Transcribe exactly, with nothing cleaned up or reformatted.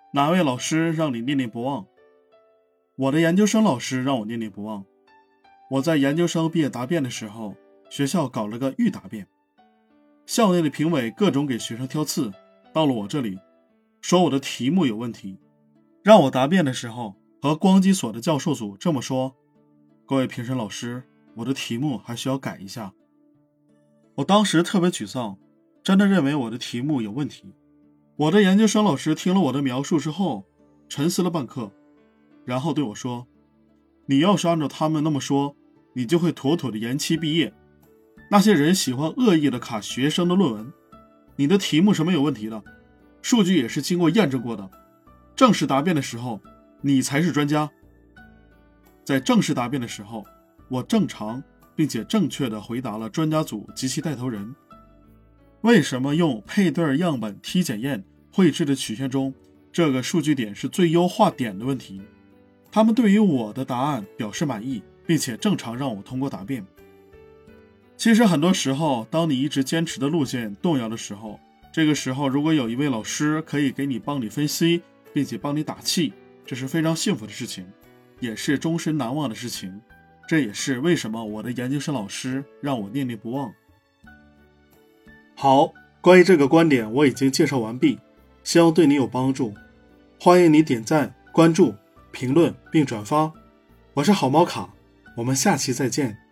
哪位老师让你念念不忘？我的研究生老师让我念念不忘。我在研究生毕业答辩的时候，学校搞了个预答辩，校内的评委各种给学生挑刺，到了我这里，说我的题目有问题，让我答辩的时候和光机所的教授组这么说：各位评审老师，我的题目还需要改一下。我当时特别沮丧，真的认为我的题目有问题。我的研究生老师听了我的描述之后，沉思了半刻，然后对我说：你要是按照他们那么说，你就会妥妥的延期毕业。那些人喜欢恶意的卡学生的论文，你的题目是没有问题的，数据也是经过验证过的。正式答辩的时候，你才是专家。在正式答辩的时候，我正常并且正确地回答了专家组及其带头人为什么用配对样本梯检验绘制的曲线中这个数据点是最优化点的问题。他们对于我的答案表示满意，并且正常让我通过答辩。其实很多时候，当你一直坚持的路线动摇的时候，这个时候如果有一位老师可以给你帮你分析，并且帮你打气，这是非常幸福的事情，也是终身难忘的事情。这也是为什么我的研究生老师让我念念不忘。好，关于这个观点我已经介绍完毕，希望对你有帮助。欢迎你点赞、关注、评论并转发。我是好猫卡，我们下期再见。